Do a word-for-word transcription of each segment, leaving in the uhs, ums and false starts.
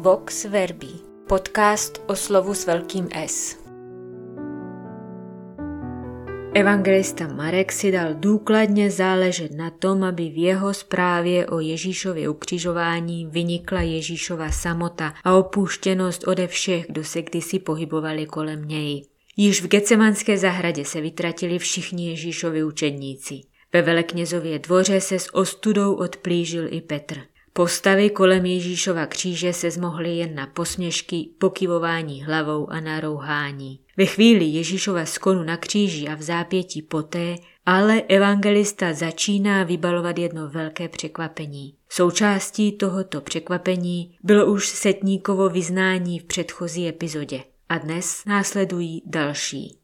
Vox Verbi, podcast o slovu s velkým S. Evangelista Marek si dal důkladně záležet na tom, aby v jeho zprávě o Ježíšově ukřižování vynikla Ježíšova samota a opuštěnost ode všech, kdo se kdysi pohybovali kolem něj. Již v Getsemanské zahradě se vytratili všichni Ježíšovi učedníci. Ve veleknězově dvoře se s ostudou odplížil i Petr. Postavy kolem Ježíšova kříže se zmohly jen na posměšky, pokyvování hlavou a narouhání. Ve chvíli Ježíšova skonu na kříži a v zápětí poté, ale evangelista začíná vybalovat jedno velké překvapení. Součástí tohoto překvapení bylo už setníkovo vyznání v předchozí epizodě. A dnes následují další.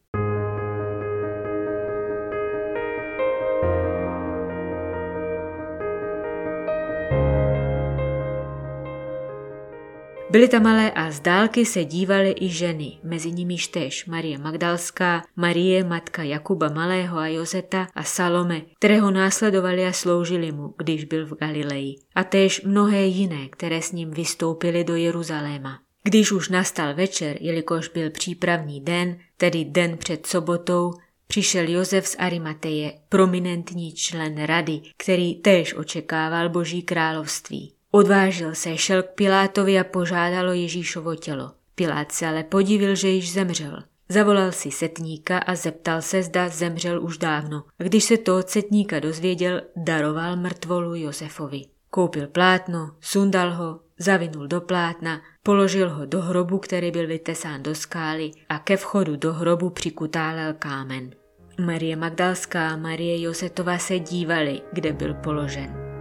Byly tam ale a z dálky se dívaly i ženy, mezi nimiž též Marie Magdalská, Marie, matka Jakuba Malého a Joseta a Salome, které ho následovali a sloužili mu, když byl v Galileji. A též mnohé jiné, které s ním vystoupily do Jeruzaléma. Když už nastal večer, jelikož byl přípravný den, tedy den před sobotou, přišel Josef z Arimateje, prominentní člen rady, který též očekával Boží království. Odvážil se, šel k Pilátovi a požádal o Ježíšovo tělo. Pilát se ale podivil, že již zemřel. Zavolal si setníka a zeptal se, zda zemřel už dávno. A když se to od setníka dozvěděl, daroval mrtvolu Josefovi. Koupil plátno, sundal ho, zavinul do plátna, položil ho do hrobu, který byl vytesán do skály, a ke vchodu do hrobu přikutálel kámen. Marie Magdalská a Marie Josetova se dívaly, kde byl položen.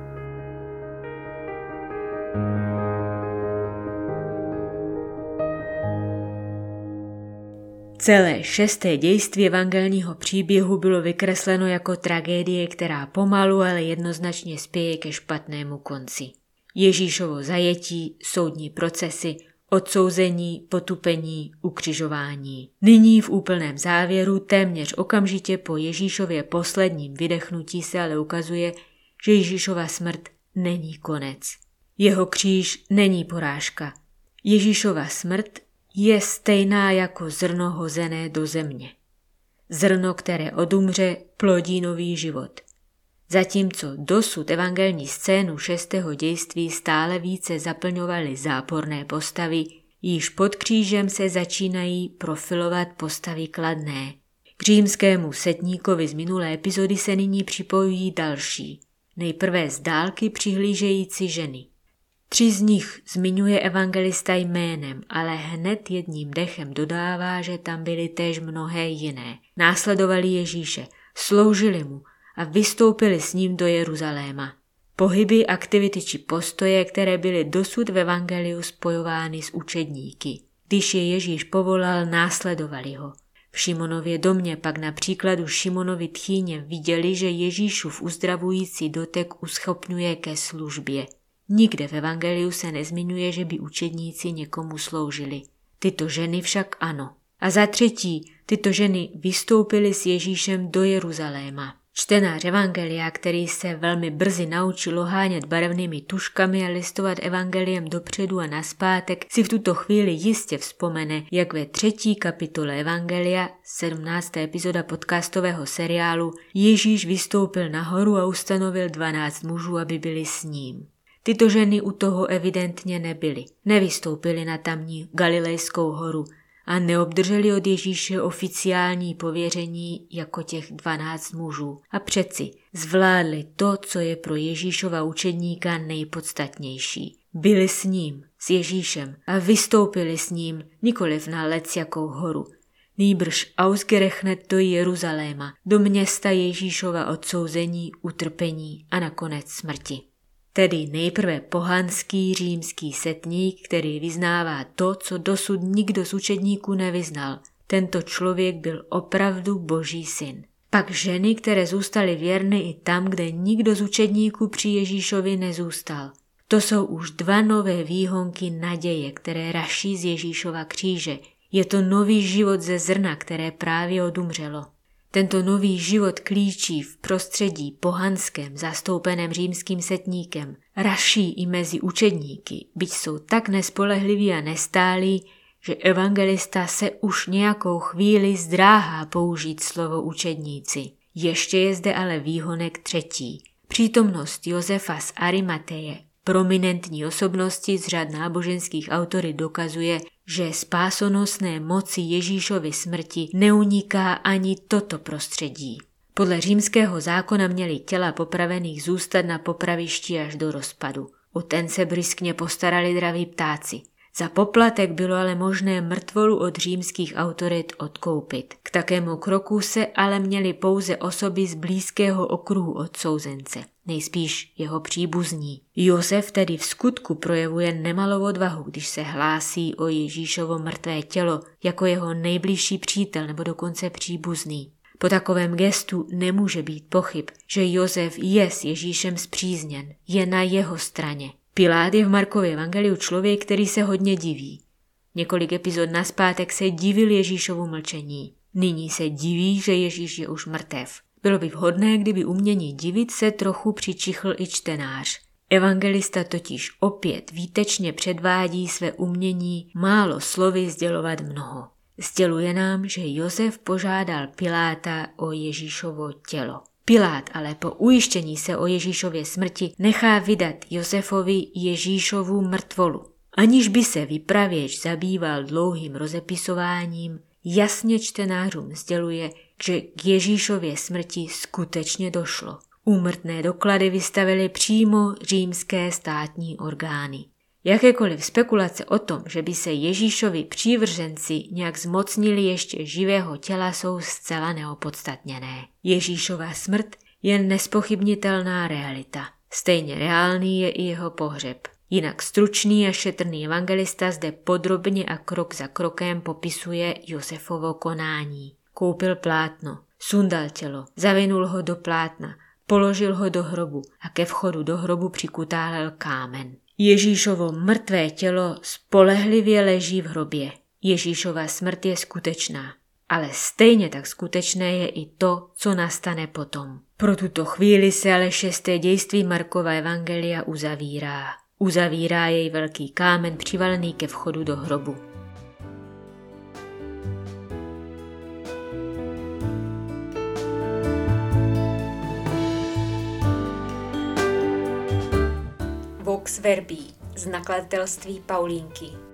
Celé šesté dějství evangelního příběhu bylo vykresleno jako tragédie, která pomalu, ale jednoznačně spěje ke špatnému konci. Ježíšovo zajetí, soudní procesy, odsouzení, potupení, ukřižování. Nyní v úplném závěru, téměř okamžitě po Ježíšově posledním vydechnutí se ale ukazuje, že Ježíšova smrt není konec. Jeho kříž není porážka. Ježíšova smrt je stejná jako zrno hozené do země. Zrno, které odumře, plodí nový život. Zatímco dosud evangelní scénu šestého dějství stále více zaplňovaly záporné postavy, již pod křížem se začínají profilovat postavy kladné. K římskému setníkovi z minulé epizody se nyní připojují další, nejprve z dálky přihlížející ženy. Tři z nich zmiňuje evangelista jménem, ale hned jedním dechem dodává, že tam byly též mnohé jiné. Následovali Ježíše, sloužili mu a vystoupili s ním do Jeruzaléma. Pohyby, aktivity či postoje, které byly dosud v evangeliu spojovány s učedníky. Když je Ježíš povolal, následovali ho. V Šimonově domě pak na příkladu Šimonovy tchýně viděli, že Ježíšův uzdravující dotek uschopňuje ke službě. Nikde v evangeliu se nezmiňuje, že by učedníci někomu sloužili. Tyto ženy však ano. A za třetí, tyto ženy vystoupily s Ježíšem do Jeruzaléma. Čtenář evangelia, který se velmi brzy naučil ohánět barevnými tuškami a listovat evangeliem dopředu a nazpátek, si v tuto chvíli jistě vzpomene, jak ve třetí kapitole evangelia, sedmnáctá epizoda podcastového seriálu, Ježíš vystoupil nahoru a ustanovil dvanáct mužů, aby byli s ním. Tyto ženy u toho evidentně nebyly. Nevystoupily na tamní Galilejskou horu a neobdrželi od Ježíše oficiální pověření jako těch dvanáct mužů. A přeci zvládli to, co je pro Ježíšova učedníka nejpodstatnější. Byli s ním, s Ježíšem a vystoupili s ním nikoliv na lecjakou horu, nýbrž ausgerechnet do Jeruzaléma, do města Ježíšova odsouzení, utrpení a nakonec smrti. Tedy nejprve pohanský římský setník, který vyznává to, co dosud nikdo z učedníků nevyznal. Tento člověk byl opravdu Boží syn. Pak ženy, které zůstaly věrny i tam, kde nikdo z učedníků při Ježíšovi nezůstal. To jsou už dva nové výhonky naděje, které raší z Ježíšova kříže. Je to nový život ze zrna, které právě odumřelo. Tento nový život klíčí v prostředí pohanském, zastoupeném římským setníkem, raší i mezi učedníky, byť jsou tak nespolehliví a nestálí, že evangelista se už nějakou chvíli zdráhá použít slovo učedníci. Ještě je zde ale výhonek třetí. Přítomnost Josefa z Arimateje, prominentní osobnosti z řad náboženských autorit, dokazuje, že spásonosné moci Ježíšovy smrti neuniká ani toto prostředí. Podle římského zákona měly těla popravených zůstat na popravišti až do rozpadu. O ten se bryskně postarali draví ptáci. Za poplatek bylo ale možné mrtvolu od římských autorit odkoupit. K takému kroku se ale měly pouze osoby z blízkého okruhu odsouzence, nejspíš jeho příbuzní. Josef tedy v skutku projevuje nemalou odvahu, když se hlásí o Ježíšovo mrtvé tělo jako jeho nejbližší přítel nebo dokonce příbuzný. Po takovém gestu nemůže být pochyb, že Josef je s Ježíšem spřízněn, je na jeho straně. Pilát je v Markově evangeliu člověk, který se hodně diví. Několik epizod nazpátek se divil Ježíšovu mlčení. Nyní se diví, že Ježíš je už mrtev. Bylo by vhodné, kdyby umění divit se trochu přičichl i čtenář. Evangelista totiž opět výtečně předvádí své umění málo slovy sdělovat mnoho. Sděluje nám, že Josef požádal Piláta o Ježíšovo tělo. Pilát ale po ujištění se o Ježíšově smrti nechá vydat Josefovi Ježíšovu mrtvolu. Aniž by se vypravěč zabýval dlouhým rozepisováním, jasně čtenářům sděluje, že k Ježíšově smrti skutečně došlo. Úmrtné doklady vystavily přímo římské státní orgány. Jakékoliv spekulace o tom, že by se Ježíšovi přívrženci nějak zmocnili ještě živého těla, jsou zcela neopodstatněné. Ježíšova smrt je nespochybnitelná realita. Stejně reálný je i jeho pohřeb. Jinak stručný a šetrný evangelista zde podrobně a krok za krokem popisuje Josefovo konání. Koupil plátno, sundal tělo, zavinul ho do plátna, položil ho do hrobu a ke vchodu do hrobu přikutálel kámen. Ježíšovo mrtvé tělo spolehlivě leží v hrobě. Ježíšova smrt je skutečná, ale stejně tak skutečné je i to, co nastane potom. Pro tuto chvíli se ale šesté dějství Markova evangelia uzavírá. Uzavírá jej velký kámen přivalený ke vchodu do hrobu. Vox Verbi z nakladatelství Paulínky.